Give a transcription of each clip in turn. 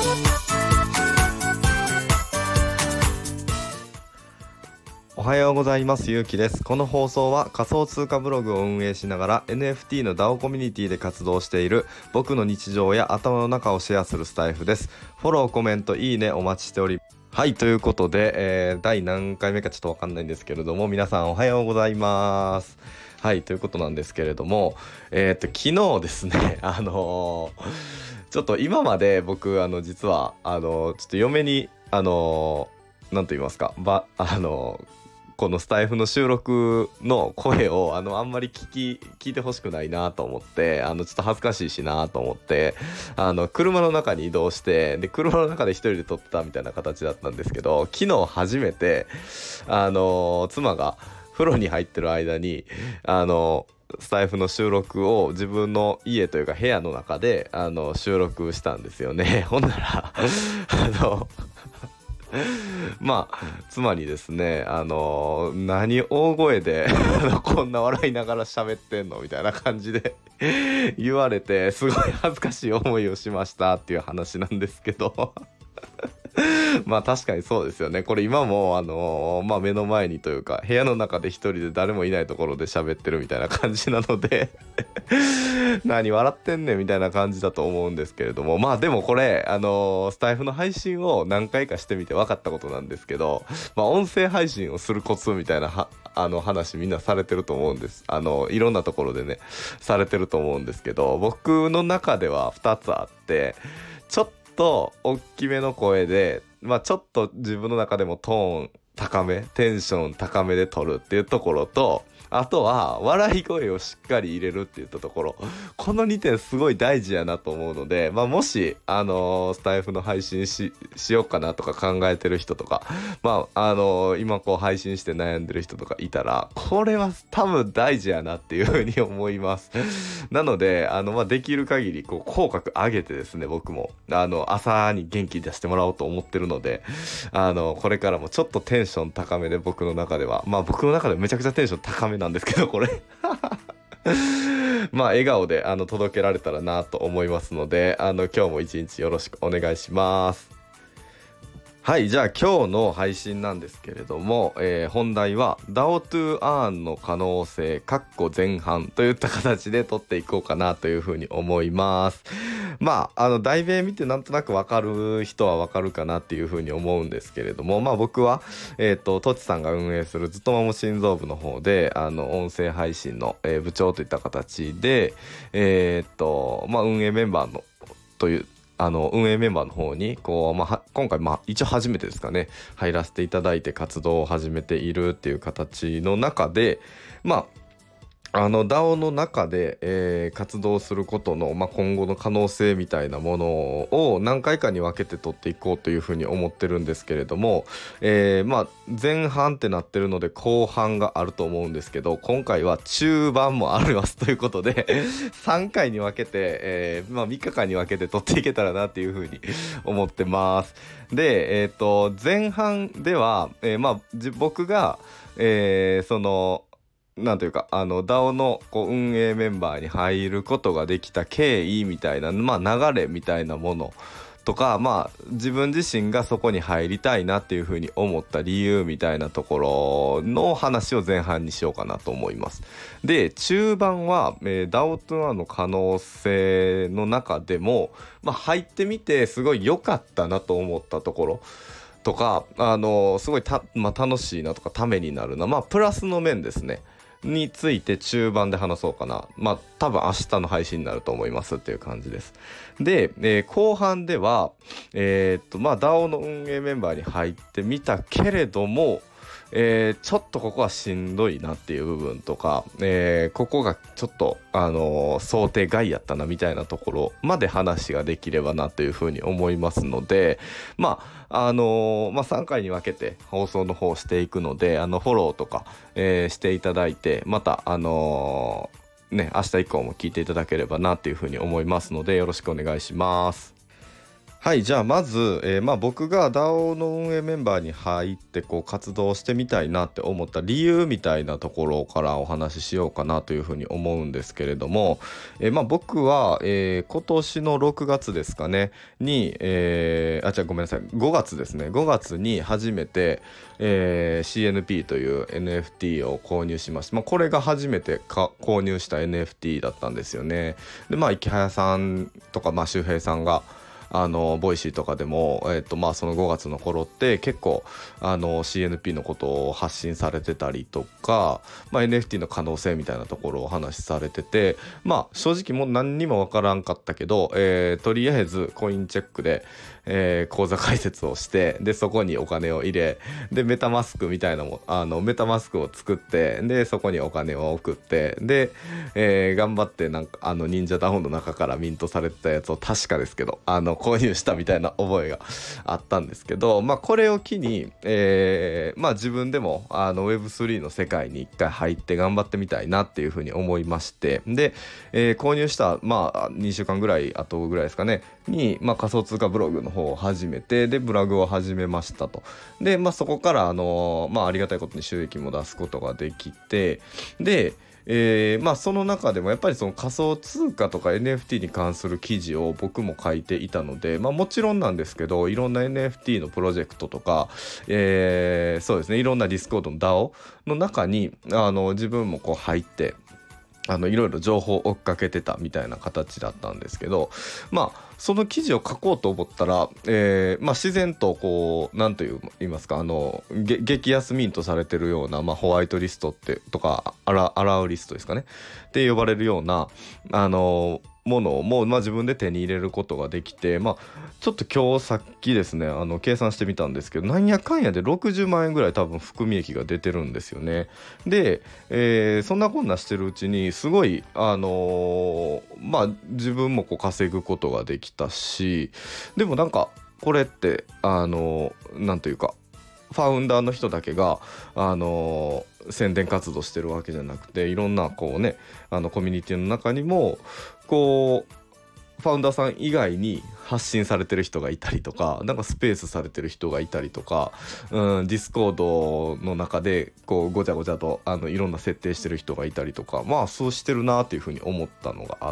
おはようございます。ゆうきです。この放送は仮想通貨ブログを運営しながら NFT の DAO コミュニティで活動している僕の日常や頭の中をシェアするスタイフです。フォロー、コメント、いいねお待ちしております。はい、ということで、第何回目かちょっとわかんないんですけれども、皆さんおはようございます。はい、ということなんですけれども、昨日ですねちょっと今まで僕実はちょっと嫁になんと言いますかこのスタイフの収録の声をあんまり聞いてほしくないなと思って、ちょっと恥ずかしいしなと思って、車の中に移動して、で車の中で一人で撮ってたみたいな形だったんですけど、昨日初めて妻が風呂に入ってる間にスタイフの収録を自分の家というか部屋の中で収録したんですよね。ほんならまあ妻にですね何大声でこんな笑いながら喋ってんのみたいな感じで言われて、すごい恥ずかしい思いをしましたっていう話なんですけどまあ確かにそうですよね。これ今も目の前にというか部屋の中で一人で誰もいないところで喋ってるみたいな感じなので何笑ってんねんみたいな感じだと思うんですけれども、まあでもこれスタイフの配信を何回かしてみて分かったことなんですけど、まあ音声配信をするコツみたいな話みんなされてると思うんです。いろんなところでねされてると思うんですけど、僕の中では2つあって、ちょっと大きめの声で、まあちょっと自分の中でもトーン高め、テンション高めで撮るっていうところと、あとは笑い声をしっかり入れるっていったところ、この2点すごい大事やなと思うので、まあもしスタイフの配信しようかなとか考えてる人とか、まあ今こう配信して悩んでる人とかいたら、これは多分大事やなっていうふうに思いますなのでまあできる限りこう口角上げてですね、僕も朝に元気出してもらおうと思ってるので、これからもちょっとテンション高めで、僕の中ではめちゃくちゃテンション高めなんですけど、これまあ笑顔で届けられたらなと思いますので、今日も一日よろしくお願いします。はい、じゃあ今日の配信なんですけれども、本題は DAO to Earn の可能性前半といった形で撮っていこうかなというふうに思います。まあ題名見てなんとなくわかる人はわかるかなっていうふうに思うんですけれども、まあ僕はとちさんが運営するずっともも心臓部の方で音声配信の、部長といった形でまあ運営メンバーのという運営メンバーの方にこう、今回一応初めてですかね、入らせていただいて活動を始めているっていう形の中で、DAO の中で、活動することの、今後の可能性みたいなものを何回かに分けて取っていこうというふうに思ってるんですけれども、前半ってなってるので後半があると思うんですけど、今回は中盤もありますということで3回に分けて、3日間に分けて取っていけたらなっていうふうに思ってます。で、前半では、僕が、なんというかDAO のこう運営メンバーに入ることができた経緯みたいな、流れみたいなものとか、自分自身がそこに入りたいなっていうふうに思った理由みたいなところの話を前半にしようかなと思います。で、中盤は、DAO to Earn の可能性の中でも、入ってみてすごい良かったなと思ったところとか、すごい楽しいなとかためになるな、プラスの面ですねについて中盤で話そうかな。多分明日の配信になると思いますっていう感じです。で、後半ではDAO の運営メンバーに入ってみたけれども、ちょっとここはしんどいなっていう部分とか、ここがちょっと想定外やったなみたいなところまで話ができればなというふうに思いますので、3回に分けて放送の方していくので、フォローとか、していただいて、また明日以降も聞いていただければなというふうに思いますので、よろしくお願いします。 はい、じゃあまず、僕が DAO の運営メンバーに入ってこう活動してみたいなって思った理由みたいなところからお話ししようかなというふうに思うんですけれども、僕は、今年の6月ですかねに、ごめんなさい、5月ですね、5月に初めて、CNP という NFT を購入しました。これが初めて購入した NFT だったんですよね。で池早さんとか、周平さんがボイシーとかでも、その5月の頃って結構CNP のことを発信されてたりとか、NFT の可能性みたいなところをお話しされてて、正直もう何にもわからんかったけど、とりあえずコインチェックで、口座開設をして、でそこにお金を入れ、でメタマスクみたいなメタマスクを作って、でそこにお金を送って、で、頑張ってなんか忍者ダウンの中からミントされてたやつを確かですけど購入したみたいな覚えがあったんですけど、これを機に、自分でもWeb3 の世界に一回入って頑張ってみたいなっていうふうに思いまして、で、購入した2週間ぐらい後ぐらいですかねに、仮想通貨ブログの方を始めて、でブログを始めましたと。でそこからありがたいことに収益も出すことができて、でその中でもやっぱりその仮想通貨とか NFT に関する記事を僕も書いていたので、もちろんなんですけど、いろんな NFT のプロジェクトとか、そうですね、いろんなディスコードの DAO の中に自分もこう入っていろいろ情報を追っかけてたみたいな形だったんですけど、その記事を書こうと思ったら、自然とこう何と言いますか、激安ミントされてるような、ホワイトリストってとかアラウリストですかねって呼ばれるようなものをもう、自分で手に入れることができて、ちょっと今日さっきですね計算してみたんですけど、なんやかんやで60万円ぐらい多分含み益が出てるんですよね。で、そんなこんなしてるうちにすごい自分もこう稼ぐことができたし、でもなんかこれってなんというかファウンダーの人だけが宣伝活動してるわけじゃなくて、いろんなこうねコミュニティの中にもこうファウンダーさん以外に発信されてる人がいたりとか、なんかスペースされてる人がいたりとか、ディスコードの中でこうごちゃごちゃといろんな設定してる人がいたりとか、そうしてるなっていうふうに思ったのがあって、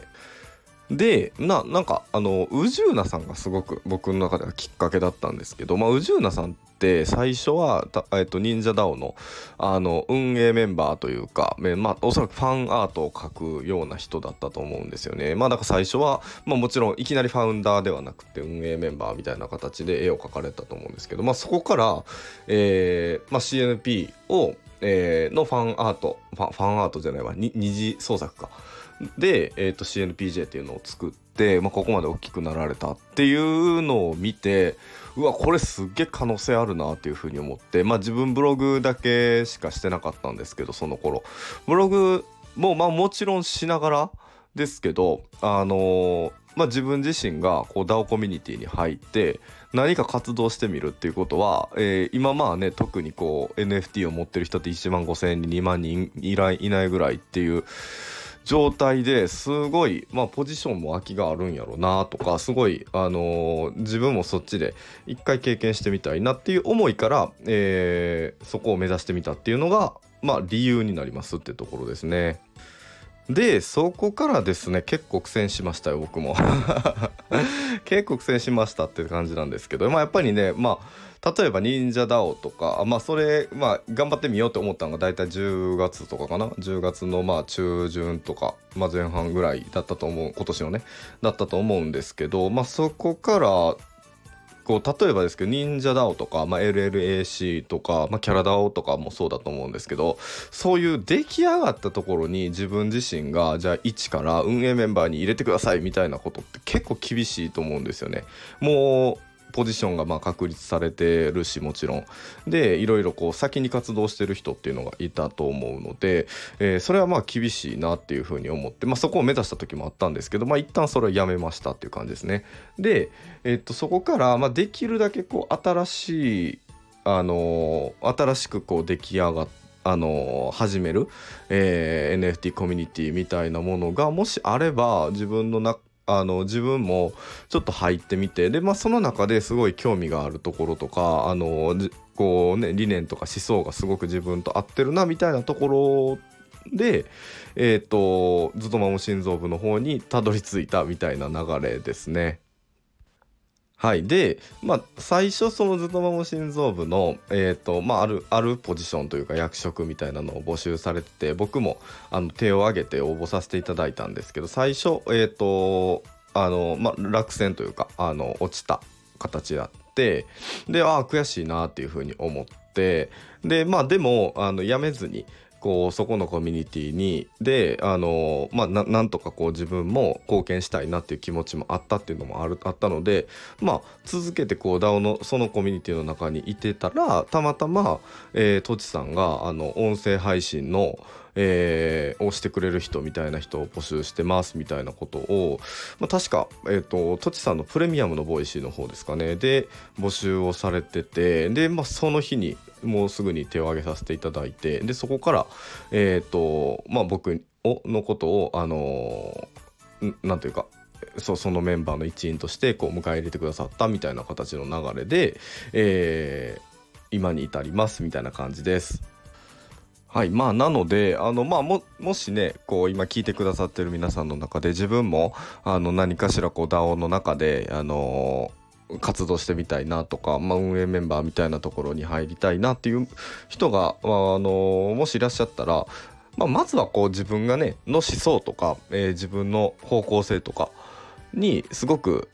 でなんか宇宙なさんがすごく僕の中ではきっかけだったんですけど、宇宙なさんって最初は忍者ダオの運営メンバーというか、おそらくファンアートを描くような人だったと思うんですよね。だから最初は、もちろんいきなりファウンダーではなくて運営メンバーみたいな形で絵を描かれたと思うんですけど、そこから、CNP を、のファンアートじゃないわ、二次創作かで、CNPJ っていうのを作って、ここまで大きくなられたっていうのを見て、うわこれすっげえ可能性あるなっていうふうに思って、自分ブログだけしかしてなかったんですけど、その頃ブログももちろんしながらですけど、自分自身がこう DAO コミュニティに入って何か活動してみるっていうことは、今特にこう NFT を持ってる人って1万5,000人に2万人いないぐらいっていう状態ですごい、ポジションも空きがあるんやろなとか、すごい、自分もそっちで一回経験してみたいなっていう思いから、そこを目指してみたっていうのが、理由になりますってところですね。でそこからですね結構苦戦しましたよ僕も結構苦戦しましたって感じなんですけど、やっぱりね例えば忍者ダオとかそれ頑張ってみようと思ったのがだいたい10月とかかな、10月の中旬とか、前半ぐらいだったと思う、今年のねだったと思うんですけど、そこからこう例えばですけど忍者ダオとか、LLAC とか、キャラダオとかもそうだと思うんですけど、そういう出来上がったところに自分自身がじゃあ一から運営メンバーに入れてくださいみたいなことって結構厳しいと思うんですよね。もうポジションが確立されてるし、もちろんでいろいろこう先に活動してる人っていうのがいたと思うので、それは厳しいなっていうふうに思って、そこを目指した時もあったんですけど、一旦それをやめましたっていう感じですね。で、そこからできるだけこう新しくこう出来上がった始める、NFT コミュニティみたいなものがもしあれば自分の自分もちょっと入ってみて、でその中ですごい興味があるところとかこうね理念とか思想がすごく自分と合ってるなみたいなところでずっとまも心臓部の方にたどり着いたみたいな流れですね。はい。で、最初そのずっともも心臓部の、あるポジションというか役職みたいなのを募集されてて、僕も手を挙げて応募させていただいたんですけど、最初落選というか落ちた形だって、で悔しいなっていうふうに思って、ででもやめずにこうそこのコミュニティにでなんとかこう自分も貢献したいなっていう気持ちもあったっていうのもあったので、続けてこう DAO のそのコミュニティの中にいてたら、たまたまとちさんが音声配信のをしてくれる人みたいな人を募集してますみたいなことを、確かとちさんのプレミアムのボイシーの方ですかねで募集をされてて、でその日にもうすぐに手を挙げさせていただいて、でそこから僕のことをなんていうかそのメンバーの一員としてこう迎え入れてくださったみたいな形の流れで、今に至りますみたいな感じです。はい。なのでもしねこう今聞いてくださってる皆さんの中で自分も何かしらこう DAO の中で活動してみたいなとか、運営メンバーみたいなところに入りたいなっていう人が、もしいらっしゃったら、まずはこう自分がねの思想とか、自分の方向性とかにすごく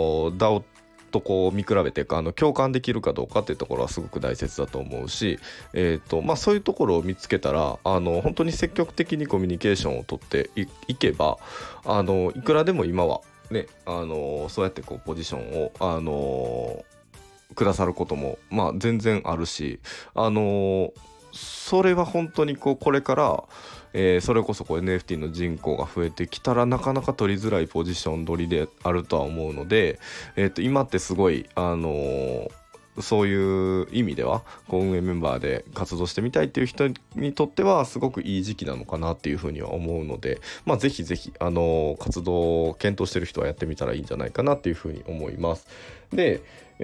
DAO とこう見比べて共感できるかどうかっていうところはすごく大切だと思うし、そういうところを見つけたら本当に積極的にコミュニケーションをとっていけばいくらでも今はねそうやってこうポジションをくださることも全然あるしそれは本当にこれから、それこそNFT の人口が増えてきたらなかなか取りづらいポジション取りであるとは思うので、今ってすごいそういう意味では運営メンバーで活動してみたいっていう人にとってはすごくいい時期なのかなっていうふうには思うので、ぜひぜひ活動を検討してる人はやってみたらいいんじゃないかなっていうふうに思います。で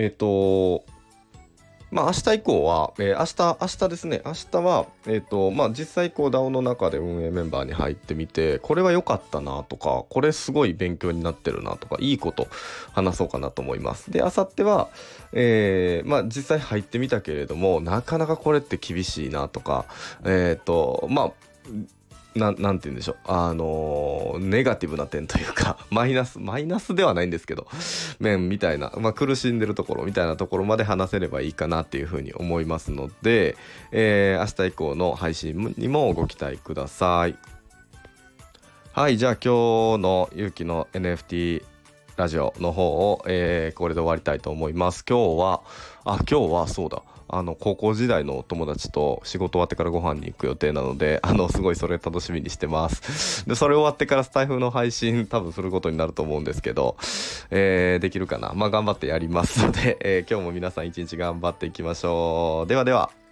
明日以降は、明日ですね。明日は、実際DAO の中で運営メンバーに入ってみて、これは良かったなとか、これすごい勉強になってるなとか、いいこと話そうかなと思います。で、明後日は、実際入ってみたけれども、なかなかこれって厳しいなとか、なんて言うんでしょうネガティブな点というかマイナスではないんですけど面みたいな、苦しんでるところみたいなところまで話せればいいかなっていうふうに思いますので、明日以降の配信にもご期待ください。はい。じゃあ今日のゆうきの NFT ラジオの方を、これで終わりたいと思います。今日はそうだ高校時代の友達と仕事終わってからご飯に行く予定なので、すごいそれ楽しみにしてます。で、それ終わってからスタイフの配信多分することになると思うんですけど、できるかな。頑張ってやりますので、今日も皆さん一日頑張っていきましょう。ではでは。